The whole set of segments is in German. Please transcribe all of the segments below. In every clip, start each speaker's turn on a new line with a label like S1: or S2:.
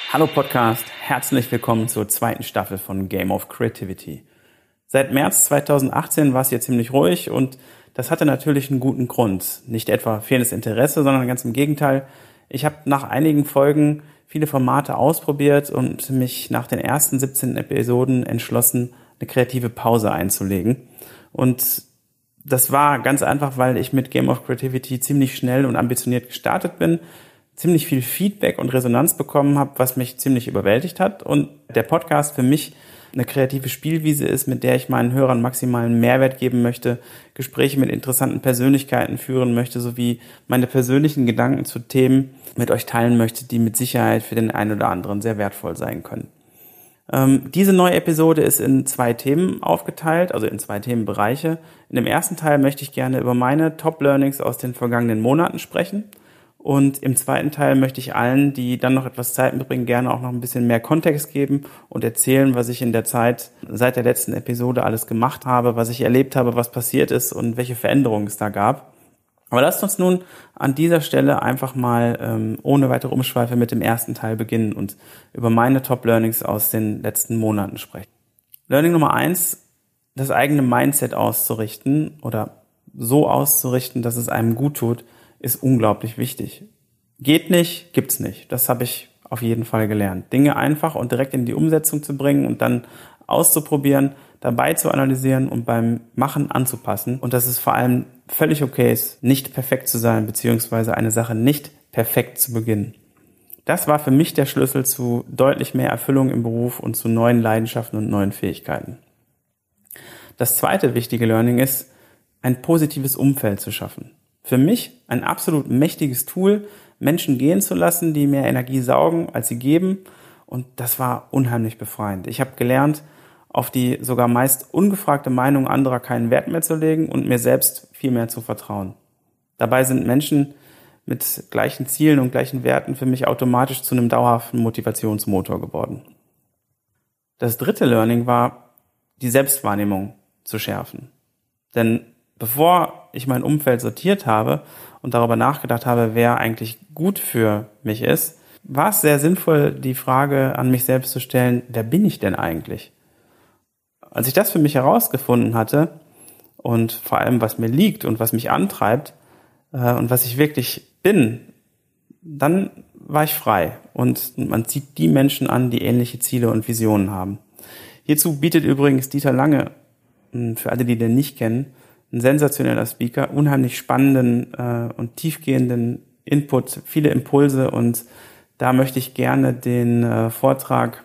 S1: Hallo Podcast, herzlich willkommen zur zweiten Staffel von Game of Creativity. Seit März 2018 war es hier ziemlich ruhig und das hatte natürlich einen guten Grund. Nicht etwa fehlendes Interesse, sondern ganz im Gegenteil. Ich habe nach einigen Folgen viele Formate ausprobiert und mich nach den ersten 17 Episoden entschlossen, eine kreative Pause einzulegen. Und das war ganz einfach, weil ich mit Game of Creativity ziemlich schnell und ambitioniert gestartet bin, ziemlich viel Feedback und Resonanz bekommen habe, was mich ziemlich überwältigt hat. Und der Podcast für mich eine kreative Spielwiese ist, mit der ich meinen Hörern maximalen Mehrwert geben möchte, Gespräche mit interessanten Persönlichkeiten führen möchte, sowie meine persönlichen Gedanken zu Themen mit euch teilen möchte, die mit Sicherheit für den einen oder anderen sehr wertvoll sein können. Diese neue Episode ist in 2 Themen aufgeteilt, also in 2 Themenbereiche. In dem ersten Teil möchte ich gerne über meine Top-Learnings aus den vergangenen Monaten sprechen. Und im zweiten Teil möchte ich allen, die dann noch etwas Zeit mitbringen, gerne auch noch ein bisschen mehr Kontext geben und erzählen, was ich in der Zeit seit der letzten Episode alles gemacht habe, was ich erlebt habe, was passiert ist und welche Veränderungen es da gab. Aber lasst uns nun an dieser Stelle einfach mal ohne weitere Umschweife mit dem ersten Teil beginnen und über meine Top-Learnings aus den letzten Monaten sprechen. Learning Nummer 1, das eigene Mindset auszurichten oder so auszurichten, dass es einem gut tut, ist unglaublich wichtig. Geht nicht, gibt's nicht. Das habe ich auf jeden Fall gelernt. Dinge einfach und direkt in die Umsetzung zu bringen und dann auszuprobieren, dabei zu analysieren und beim Machen anzupassen. Und dass es vor allem völlig okay ist, nicht perfekt zu sein, beziehungsweise eine Sache nicht perfekt zu beginnen. Das war für mich der Schlüssel zu deutlich mehr Erfüllung im Beruf und zu neuen Leidenschaften und neuen Fähigkeiten. Das zweite wichtige Learning ist, ein positives Umfeld zu schaffen. Für mich ein absolut mächtiges Tool, Menschen gehen zu lassen, die mehr Energie saugen, als sie geben. Und das war unheimlich befreiend. Ich habe gelernt, auf die sogar meist ungefragte Meinung anderer keinen Wert mehr zu legen und mir selbst viel mehr zu vertrauen. Dabei sind Menschen mit gleichen Zielen und gleichen Werten für mich automatisch zu einem dauerhaften Motivationsmotor geworden. Das dritte Learning war, die Selbstwahrnehmung zu schärfen. Denn bevor ich mein Umfeld sortiert habe und darüber nachgedacht habe, wer eigentlich gut für mich ist, war es sehr sinnvoll, die Frage an mich selbst zu stellen, wer bin ich denn eigentlich? Als ich das für mich herausgefunden hatte und vor allem, was mir liegt und was mich antreibt und was ich wirklich bin, dann war ich frei und man zieht die Menschen an, die ähnliche Ziele und Visionen haben. Hierzu bietet übrigens Dieter Lange, für alle, die den nicht kennen, ein sensationeller Speaker, unheimlich spannenden und tiefgehenden Input, viele Impulse, und da möchte ich gerne den Vortrag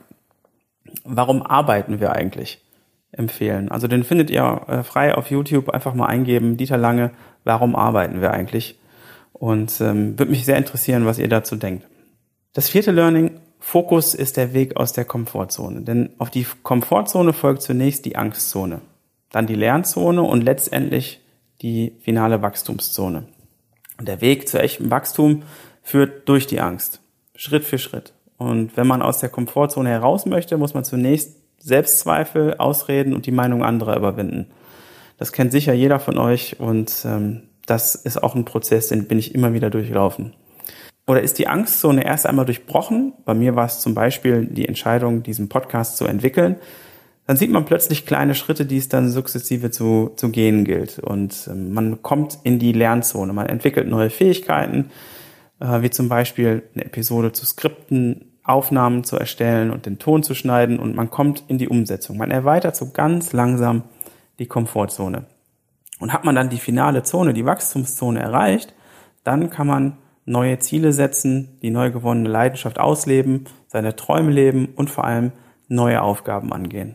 S1: "Warum arbeiten wir eigentlich?" empfehlen. Also den findet ihr frei auf YouTube, einfach mal eingeben, Dieter Lange, "Warum arbeiten wir eigentlich?" Und würde mich sehr interessieren, was ihr dazu denkt. Das vierte Learning: Fokus ist der Weg aus der Komfortzone, denn auf die Komfortzone folgt zunächst die Angstzone, dann die Lernzone und letztendlich die finale Wachstumszone. Und der Weg zu echtem Wachstum führt durch die Angst, Schritt für Schritt. Und wenn man aus der Komfortzone heraus möchte, muss man zunächst Selbstzweifel, Ausreden und die Meinung anderer überwinden. Das kennt sicher jeder von euch und das ist auch ein Prozess, den bin ich immer wieder durchlaufen. Oder ist die Angstzone erst einmal durchbrochen? Bei mir war es zum Beispiel die Entscheidung, diesen Podcast zu entwickeln. Dann sieht man plötzlich kleine Schritte, die es dann sukzessive zu gehen gilt. Und man kommt in die Lernzone. Man entwickelt neue Fähigkeiten, wie zum Beispiel eine Episode zu skripten, Aufnahmen zu erstellen und den Ton zu schneiden. Und man kommt in die Umsetzung. Man erweitert so ganz langsam die Komfortzone. Und hat man dann die finale Zone, die Wachstumszone erreicht, dann kann man neue Ziele setzen, die neu gewonnene Leidenschaft ausleben, seine Träume leben und vor allem neue Aufgaben angehen.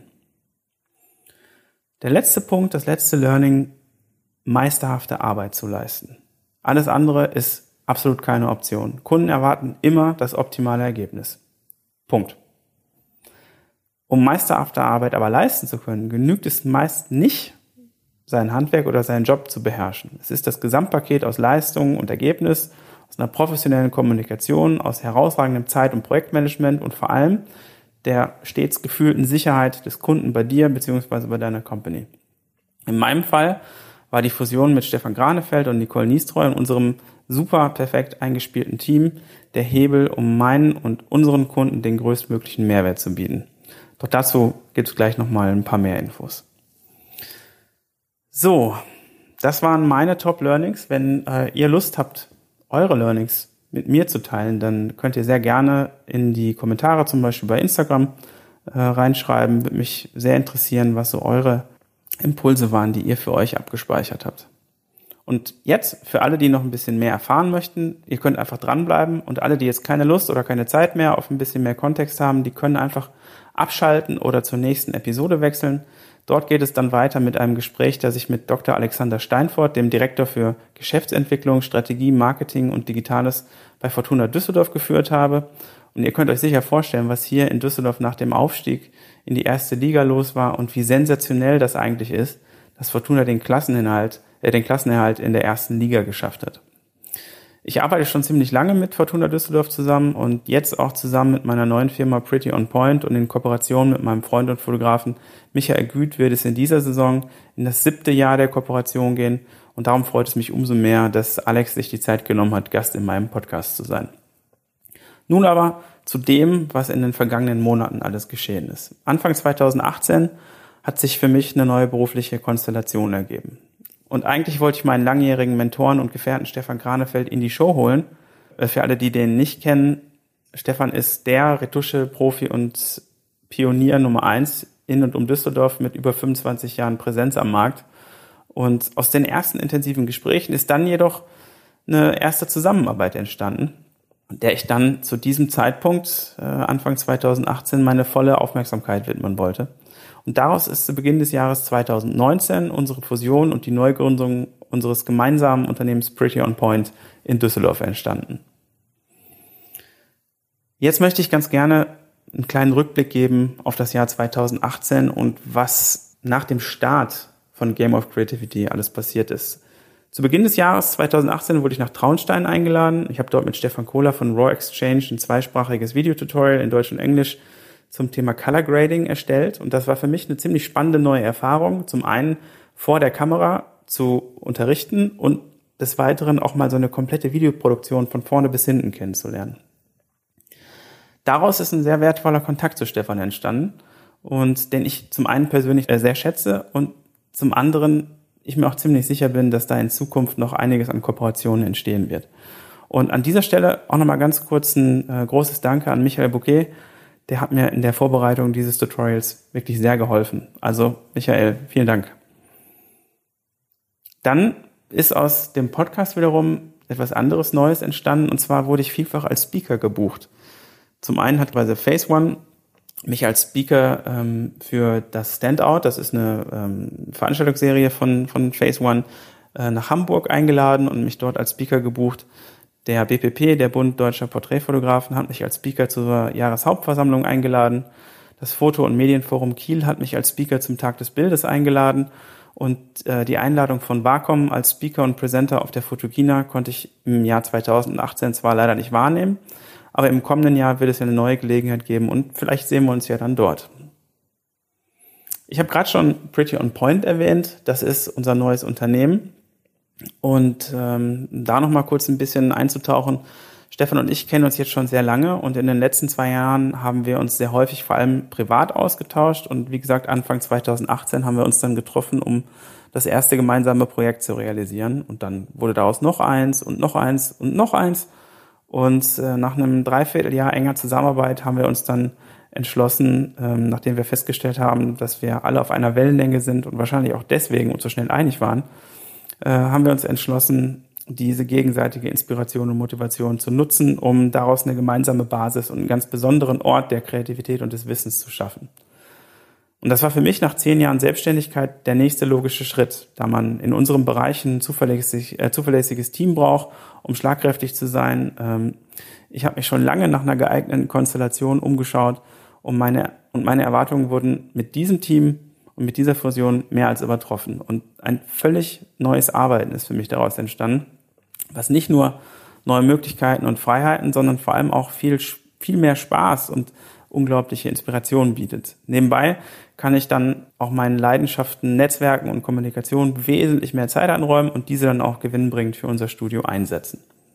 S1: Der letzte Punkt, das letzte Learning: meisterhafte Arbeit zu leisten. Alles andere ist absolut keine Option. Kunden erwarten immer das optimale Ergebnis. Punkt. Um meisterhafte Arbeit aber leisten zu können, genügt es meist nicht, sein Handwerk oder seinen Job zu beherrschen. Es ist das Gesamtpaket aus Leistung und Ergebnis, aus einer professionellen Kommunikation, aus herausragendem Zeit- und Projektmanagement und vor allem der stets gefühlten Sicherheit des Kunden bei dir bzw. bei deiner Company. In meinem Fall war die Fusion mit Stefan Granefeld und Nicole Niestreu und unserem super perfekt eingespielten Team der Hebel, um meinen und unseren Kunden den größtmöglichen Mehrwert zu bieten. Doch dazu gibt es gleich nochmal ein paar mehr Infos. So, das waren meine Top-Learnings. Wenn ihr Lust habt, eure Learnings mit mir zu teilen, dann könnt ihr sehr gerne in die Kommentare, zum Beispiel bei Instagram, reinschreiben. Würde mich sehr interessieren, was so eure Impulse waren, die ihr für euch abgespeichert habt. Und jetzt, für alle, die noch ein bisschen mehr erfahren möchten, ihr könnt einfach dranbleiben, und alle, die jetzt keine Lust oder keine Zeit mehr auf ein bisschen mehr Kontext haben, die können einfach abschalten oder zur nächsten Episode wechseln. Dort geht es dann weiter mit einem Gespräch, das ich mit Dr. Alexander Steinfort, dem Direktor für Geschäftsentwicklung, Strategie, Marketing und Digitales bei Fortuna Düsseldorf, geführt habe. Und ihr könnt euch sicher vorstellen, was hier in Düsseldorf nach dem Aufstieg in die erste Liga los war und wie sensationell das eigentlich ist, dass Fortuna den Klassenerhalt in der ersten Liga geschafft hat. Ich arbeite schon ziemlich lange mit Fortuna Düsseldorf zusammen und jetzt auch zusammen mit meiner neuen Firma Pretty on Point, und in Kooperation mit meinem Freund und Fotografen Michael Güth wird es in dieser Saison in das 7. Jahr der Kooperation gehen, und darum freut es mich umso mehr, dass Alex sich die Zeit genommen hat, Gast in meinem Podcast zu sein. Nun aber zu dem, was in den vergangenen Monaten alles geschehen ist. Anfang 2018 hat sich für mich eine neue berufliche Konstellation ergeben. Und eigentlich wollte ich meinen langjährigen Mentoren und Gefährten Stefan Granefeld in die Show holen. Für alle, die den nicht kennen, Stefan ist der Retusche-Profi und Pionier Nummer 1 in und um Düsseldorf mit über 25 Jahren Präsenz am Markt. Und aus den ersten intensiven Gesprächen ist dann jedoch eine erste Zusammenarbeit entstanden, der ich dann zu diesem Zeitpunkt, Anfang 2018, meine volle Aufmerksamkeit widmen wollte. Und daraus ist zu Beginn des Jahres 2019 unsere Fusion und die Neugründung unseres gemeinsamen Unternehmens Pretty on Point in Düsseldorf entstanden. Jetzt möchte ich ganz gerne einen kleinen Rückblick geben auf das Jahr 2018 und was nach dem Start von Game of Creativity alles passiert ist. Zu Beginn des Jahres 2018 wurde ich nach Traunstein eingeladen. Ich habe dort mit Stefan Kohler von Raw Exchange ein zweisprachiges Videotutorial in Deutsch und Englisch zum Thema Color Grading erstellt. Und das war für mich eine ziemlich spannende neue Erfahrung. Zum einen vor der Kamera zu unterrichten und des Weiteren auch mal so eine komplette Videoproduktion von vorne bis hinten kennenzulernen. Daraus ist ein sehr wertvoller Kontakt zu Stefan entstanden, und den ich zum einen persönlich sehr schätze und zum anderen ich mir auch ziemlich sicher bin, dass da in Zukunft noch einiges an Kooperationen entstehen wird. Und an dieser Stelle auch nochmal ganz kurz ein großes Danke an Michael Bouquet. Der hat mir in der Vorbereitung dieses Tutorials wirklich sehr geholfen. Also Michael, vielen Dank. Dann ist aus dem Podcast wiederum etwas anderes Neues entstanden, und zwar wurde ich vielfach als Speaker gebucht. Zum einen hat bei The Phase One mich als Speaker für das Standout, das ist eine Veranstaltungsserie von Phase One, nach Hamburg eingeladen und mich dort als Speaker gebucht. Der BPP, der Bund Deutscher Porträtfotografen, hat mich als Speaker zur Jahreshauptversammlung eingeladen. Das Foto- und Medienforum Kiel hat mich als Speaker zum Tag des Bildes eingeladen. Und die Einladung von Wacom als Speaker und Presenter auf der Photokina konnte ich im Jahr 2018 zwar leider nicht wahrnehmen, aber im kommenden Jahr wird es ja eine neue Gelegenheit geben und vielleicht sehen wir uns ja dann dort. Ich habe gerade schon Pretty on Point erwähnt, das ist unser neues Unternehmen. Und da nochmal kurz ein bisschen einzutauchen. Stefan und ich kennen uns jetzt schon sehr lange, und in den letzten 2 Jahren haben wir uns sehr häufig vor allem privat ausgetauscht. Und wie gesagt, Anfang 2018 haben wir uns dann getroffen, um das erste gemeinsame Projekt zu realisieren. Und dann wurde daraus noch eins und noch eins und noch eins. Und nach einem Dreivierteljahr enger Zusammenarbeit haben wir uns dann entschlossen, nachdem wir festgestellt haben, dass wir alle auf einer Wellenlänge sind und wahrscheinlich auch deswegen uns so schnell einig waren, haben wir uns entschlossen, diese gegenseitige Inspiration und Motivation zu nutzen, um daraus eine gemeinsame Basis und einen ganz besonderen Ort der Kreativität und des Wissens zu schaffen. Und das war für mich nach 10 Jahren Selbstständigkeit der nächste logische Schritt, da man in unserem Bereich ein zuverlässiges Team braucht, um schlagkräftig zu sein. Ich habe mich schon lange nach einer geeigneten Konstellation umgeschaut, und meine Erwartungen wurden mit diesem Team und mit dieser Fusion mehr als übertroffen. Und ein völlig neues Arbeiten ist für mich daraus entstanden, was nicht nur neue Möglichkeiten und Freiheiten, sondern vor allem auch viel mehr Spaß und unglaubliche Inspiration bietet. Nebenbei kann ich dann auch meinen Leidenschaften, Netzwerken und Kommunikation wesentlich mehr Zeit einräumen und diese dann auch gewinnbringend für unser Studio einsetzen.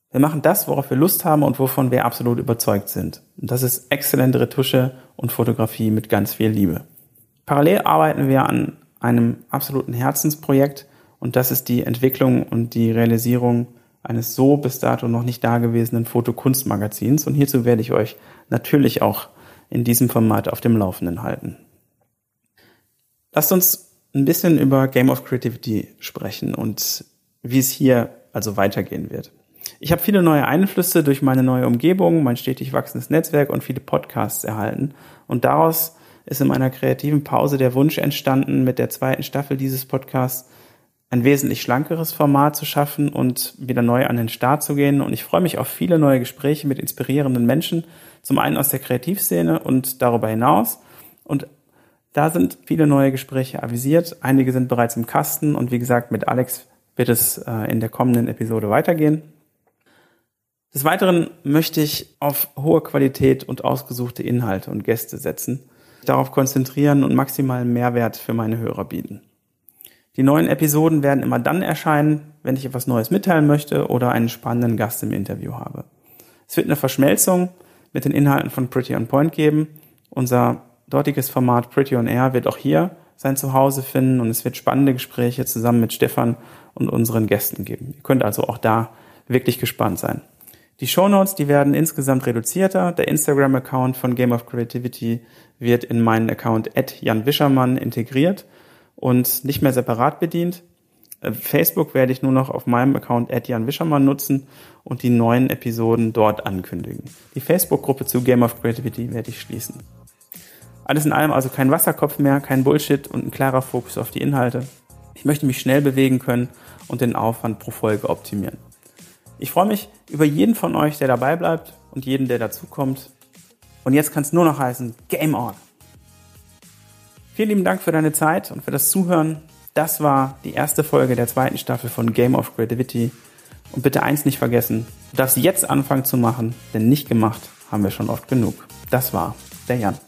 S1: Wir machen das, worauf wir Lust haben und wovon wir absolut überzeugt sind. Und das ist exzellente Retusche und Fotografie mit ganz viel Liebe. Parallel arbeiten wir an einem absoluten Herzensprojekt und das ist die Entwicklung und die Realisierung eines so bis dato noch nicht dagewesenen Fotokunstmagazins. Und hierzu werde ich euch natürlich auch in diesem Format auf dem Laufenden halten. Lasst uns ein bisschen über Game of Creativity sprechen und wie es hier also weitergehen wird. Ich habe viele neue Einflüsse durch meine neue Umgebung, mein stetig wachsendes Netzwerk und viele Podcasts erhalten. Und daraus ist in meiner kreativen Pause der Wunsch entstanden, mit der 2. Staffel dieses Podcasts ein wesentlich schlankeres Format zu schaffen und wieder neu an den Start zu gehen. Und ich freue mich auf viele neue Gespräche mit inspirierenden Menschen, zum einen aus der Kreativszene und darüber hinaus. Und da sind viele neue Gespräche avisiert. Einige sind bereits im Kasten und wie gesagt, mit Alex wird es in der kommenden Episode weitergehen. Des Weiteren möchte ich auf hohe Qualität und ausgesuchte Inhalte und Gäste setzen, darauf konzentrieren und maximalen Mehrwert für meine Hörer bieten. Die neuen Episoden werden immer dann erscheinen, wenn ich etwas Neues mitteilen möchte oder einen spannenden Gast im Interview habe. Es wird eine Verschmelzung mit den Inhalten von Pretty on Point geben. Unser dortiges Format Pretty on Air wird auch hier sein Zuhause finden und es wird spannende Gespräche zusammen mit Stefan und unseren Gästen geben. Ihr könnt also auch da wirklich gespannt sein. Die Shownotes, die werden insgesamt reduzierter. Der Instagram-Account von Game of Creativity wird in meinen Account @janwischermann integriert und nicht mehr separat bedient. Facebook werde ich nur noch auf meinem Account @janwischermann nutzen und die neuen Episoden dort ankündigen. Die Facebook-Gruppe zu Game of Creativity werde ich schließen. Alles in allem also kein Wasserkopf mehr, kein Bullshit und ein klarer Fokus auf die Inhalte. Ich möchte mich schnell bewegen können und den Aufwand pro Folge optimieren. Ich freue mich über jeden von euch, der dabei bleibt und jeden, der dazukommt. Und jetzt kann es nur noch heißen, Game On! Vielen lieben Dank für deine Zeit und für das Zuhören. Das war die erste Folge der 2. Staffel von Game of Creativity. Und bitte eins nicht vergessen, du darfst jetzt anfangen zu machen, denn nicht gemacht haben wir schon oft genug. Das war der Jan.